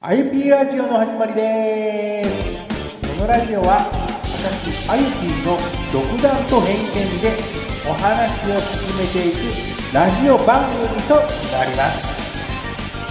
IUP ラジオの始まりです。このラジオは私 IUP の独断と偏見でお話を進めていくラジオ番組となります。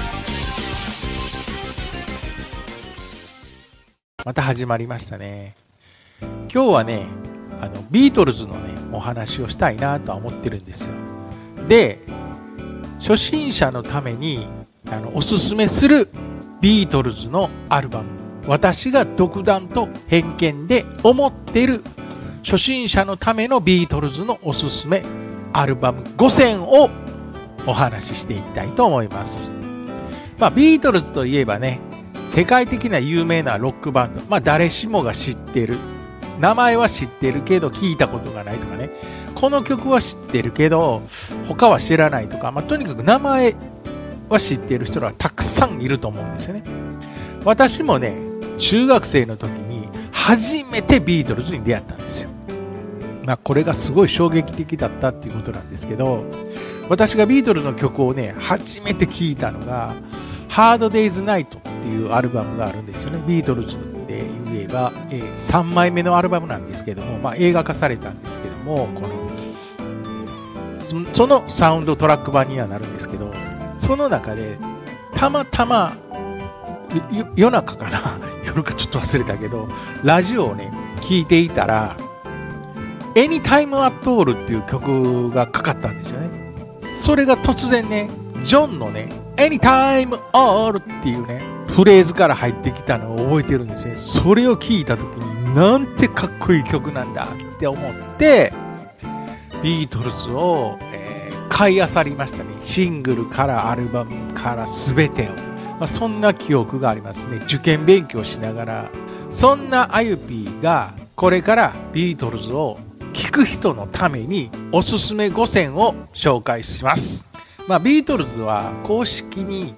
また始まりましたね。今日はね、ビートルズのねお話をしたいなとは思ってるんですよ。で、初心者のためにおすすめするビートルズのアルバム、私が独断と偏見で思っている初心者のためのビートルズのおすすめアルバム5選をお話ししていきたいと思います。ビートルズといえばね、世界的な有名なロックバンド、誰しもが知ってる、名前は知ってるけど聞いたことがないとかね、この曲は知ってるけど他は知らないとか、とにかく名前は知っている人はたくさんいると思うんですよね。私もね、中学生の時に初めてビートルズに出会ったんですよ。これがすごい衝撃的だったっていうことなんですけど、私がビートルズの曲をね、初めて聴いたのがハードデイズナイトっていうアルバムがあるんですよね。ビートルズで言えば、3枚目のアルバムなんですけども、映画化されたんですけども、そのサウンドトラック版にはなるんですけど、その中でたまたま夜中かな夜かちょっと忘れたけど、ラジオをね聞いていたら Anytime at All っていう曲がかかったんですよね。それが突然ね、ジョンのね Anytime All っていうねフレーズから入ってきたのを覚えてるんですね。それを聞いた時に、なんてかっこいい曲なんだって思ってビートルズを買い漁りましたね。シングルからアルバムから全てを、そんな記憶がありますね。受験勉強しながら。そんなあゆぴーがこれからビートルズを聴く人のためにおすすめ5選を紹介します。ビートルズは公式に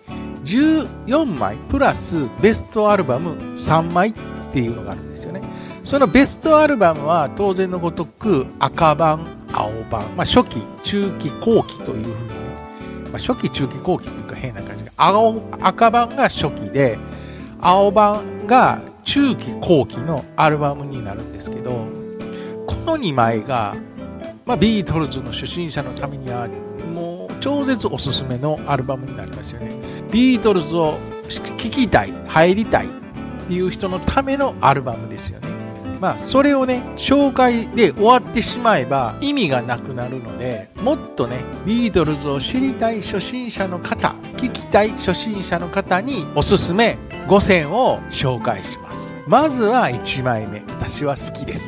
14枚プラスベストアルバム3枚っていうのがあるんですよね。そのベストアルバムは当然のごとく赤版、青版、初期、中期、後期というふうに、初期、中期、後期というか変な感じで、赤版が初期で、青版が中期、後期のアルバムになるんですけど、この2枚が、ビートルズの初心者のためにはもう超絶おすすめのアルバムになりますよね。ビートルズを聴きたい、入りたいっていう人のためのアルバムですよね。それをね、紹介で終わってしまえば意味がなくなるので、もっとね、ビートルズを知りたい初心者の方、聞きたい初心者の方におすすめ5選を紹介します。まずは1枚目、私は好きです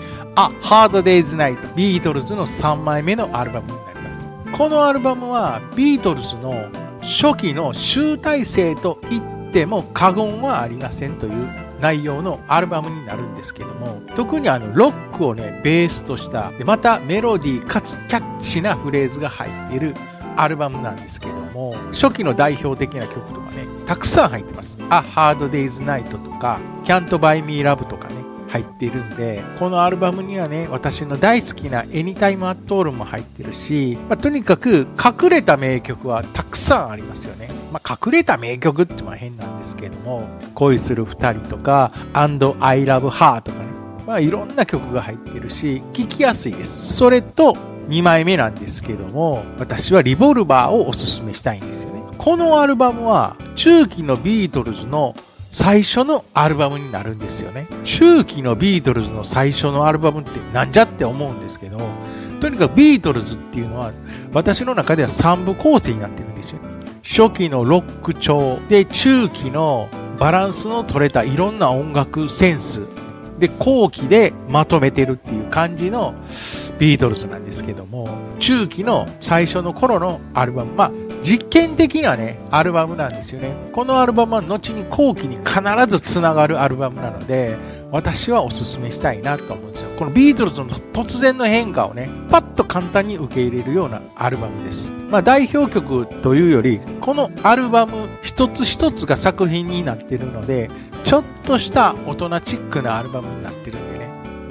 。Hard Day's Night、ビートルズの3枚目のアルバムになります。このアルバムはビートルズの初期の集大成と言っても過言はありませんという内容のアルバムになるんですけども、特にロックをねベースとしたで、またメロディーかつキャッチなフレーズが入っているアルバムなんですけども、初期の代表的な曲とかねたくさん入ってます。Hard Day's Night とか Can't Buy Me Love とかね入っているんで、このアルバムにはね、私の大好きな Anytime at All も入ってるし、とにかく隠れた名曲はたくさんありますよね。隠れた名曲って変なんですけども、恋する二人とか And I Love Her とかね、いろんな曲が入ってるし聴きやすいです。それと2枚目なんですけども、私はリボルバーをおすすめしたいんですよね。このアルバムは中期のビートルズの最初のアルバムになるんですよね。中期のビートルズの最初のアルバムってなんじゃって思うんですけど、とにかくビートルズっていうのは私の中では3部構成になってるんですよ。初期のロック調で、中期のバランスの取れたいろんな音楽センスで、後期でまとめてるっていう感じのビートルズなんですけども、中期の最初の頃のアルバム、実験的なねアルバムなんですよね。このアルバムは後に後期に必ずつながるアルバムなので、私はおすすめしたいなと思うんですよ。このビートルズの突然の変化をねパッと簡単に受け入れるようなアルバムです。代表曲というより、このアルバム一つ一つが作品になっているので、ちょっとした大人チックなアルバムになってるんでね、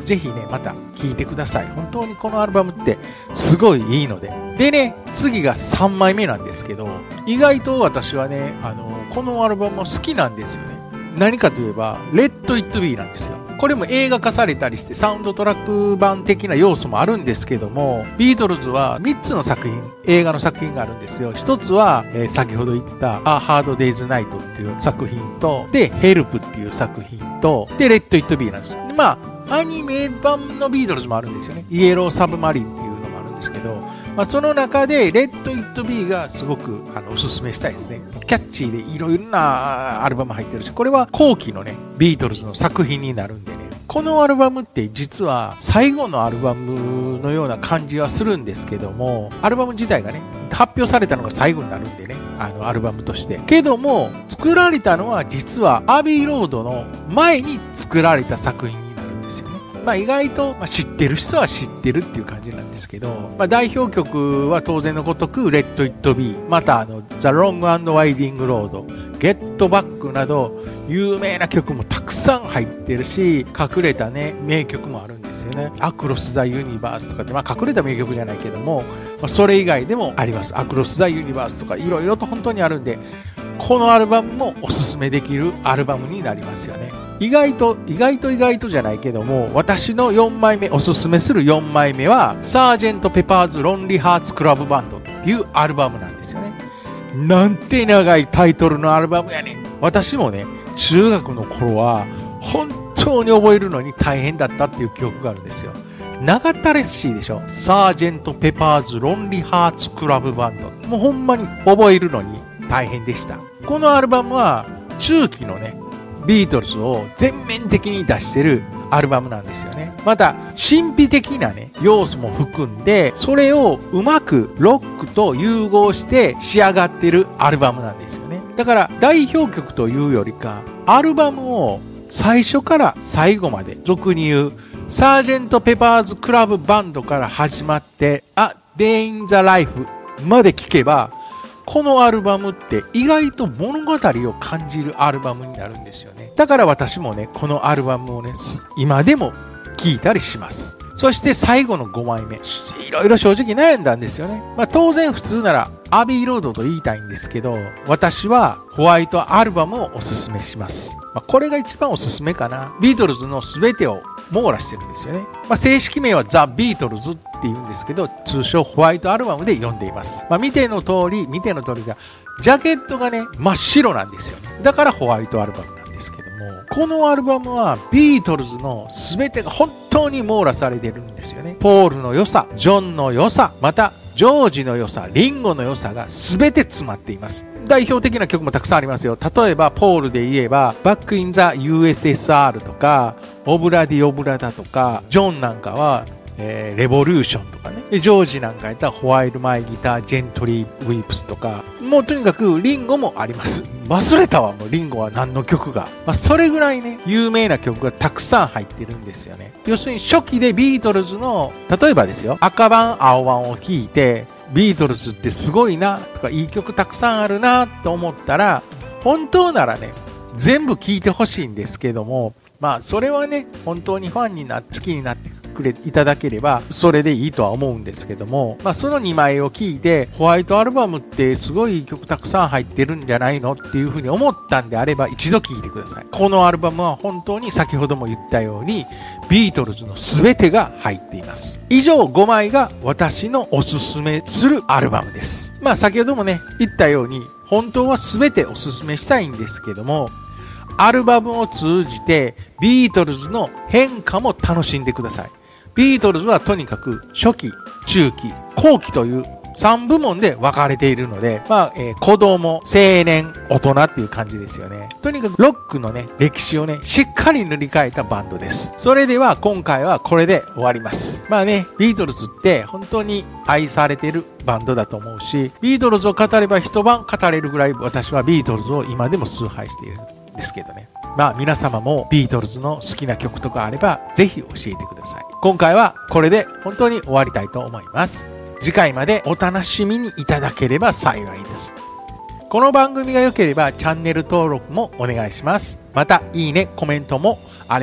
ぜひね、また聴いてください。本当にこのアルバムってすごいいいので。でね、次が3枚目なんですけど、意外と私はね、このアルバムも好きなんですよね。何かといえば、Let It Be なんですよ。これも映画化されたりしてサウンドトラック版的な要素もあるんですけども、ビートルズは3つの作品、映画の作品があるんですよ。一つは、先ほど言った A Hard Day's Night っていう作品と、で、Help っていう作品と、で、Let It Be なんですよ。で、まあ、アニメ版のビートルズもあるんですよね。イエローサブマリンっていうのもあるんですけど、まあ、その中で、Let It Be がすごくおすすめしたいですね。キャッチーでいろいろなアルバム入ってるし、これは後期のね、ビートルズの作品になるんでね。このアルバムって実は最後のアルバムのような感じはするんですけども、アルバム自体がね、発表されたのが最後になるんでね、アルバムとして。けども、作られたのは実はアビーロードの前に作られた作品になるんですよね。まあ意外と、知ってる人は知ってるっていう感じなんですけど、代表曲は当然のごとく Let It Be、またThe Long and Winding Road、Get Back など有名な曲もたくさん入ってるし、隠れたね、名曲もあるんですよね。Across the Universe とかって、隠れた名曲じゃないけども、それ以外でもあります。Across the Universe とかいろいろと本当にあるんで、このアルバムもおすすめできるアルバムになりますよね。意外とじゃないけども、私の4枚目、おすすめする4枚目は、Sgt. Pepper's Lonely Hearts Club Band っていうアルバムなんですよね。なんて長いタイトルのアルバムやねん。私もね、中学の頃は本当に覚えるのに大変だったっていう記憶があるんですよ。長ったれしいでしょ。Sgt. Pepper's Lonely Hearts Club Band。もうほんまに覚えるのに大変でした。このアルバムは中期のね、ビートルズを全面的に出してるアルバムなんですよね。また、神秘的なね、要素も含んで、それをうまくロックと融合して仕上がってるアルバムなんですよね。だから、代表曲というよりか、アルバムを最初から最後まで、俗に言う、サージェント・ペパーズ・クラブ・バンドから始まって、A Day in the Life まで聴けば、このアルバムって意外と物語を感じるアルバムになるんですよね。だから私もね、このアルバムをね、今でも聴いたりします。そして最後の5枚目。いろいろ正直悩んだんですよね。当然普通ならアビーロードと言いたいんですけど、私はホワイトアルバムをおすすめします。これが一番おすすめかな。ビートルズの全てを網羅してるんですよね。正式名はザ・ビートルズって言うんですけど、通称ホワイトアルバムで呼んでいます。見ての通りが、ジャケットがね、真っ白なんですよね。だからホワイトアルバムなんですけども、このアルバムはビートルズの全てが本当に網羅されてるんですよね。ポールの良さ、ジョンの良さ、またジョージの良さ、リンゴの良さが全て詰まっています。代表的な曲もたくさんありますよ。例えば、ポールで言えば、バックインザ USSR とか、オブラディオブラダとか、ジョンなんかは、レボリューションとかね。ジョージなんかやったら、ホワイルマイギター、ジェントリーウィープスとか、もうとにかくリンゴもあります。忘れたわ、もうリンゴは何の曲が。それぐらいね、有名な曲がたくさん入ってるんですよね。要するに初期でビートルズの、例えばですよ、赤版、青版を聴いて、ビートルズってすごいなとかいい曲たくさんあるなと思ったら、本当ならね、全部聴いてほしいんですけども、それはね、本当にファンに好きになっていただければ、それでいいとは思うんですけども、その2枚を聴いて、ホワイトアルバムってすごいいい曲たくさん入ってるんじゃないのっていうふうに思ったんであれば、一度聴いてください。このアルバムは本当に先ほども言ったように、ビートルズの全てが入っています。以上5枚が私のおすすめするアルバムです。先ほどもね、言ったように、本当は全ておすすめしたいんですけども、アルバムを通じてビートルズの変化も楽しんでください。ビートルズはとにかく初期、中期、後期という3部門で分かれているので、子供、青年、大人っていう感じですよね。とにかくロックのね、歴史をね、しっかり塗り替えたバンドです。それでは今回はこれで終わります。ビートルズって本当に愛されているバンドだと思うし、ビートルズを語れば一晩語れるぐらい私はビートルズを今でも崇拝しているんですけどね。皆様もビートルズの好きな曲とかあればぜひ教えてください。今回はこれで本当に終わりたいと思います。次回までお楽しみにいただければ幸いです。この番組が良ければチャンネル登録もお願いします。またいいね、コメントもあれば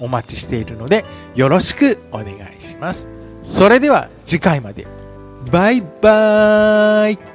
お待ちしているので、よろしくお願いします。それでは次回まで。バイバーイ。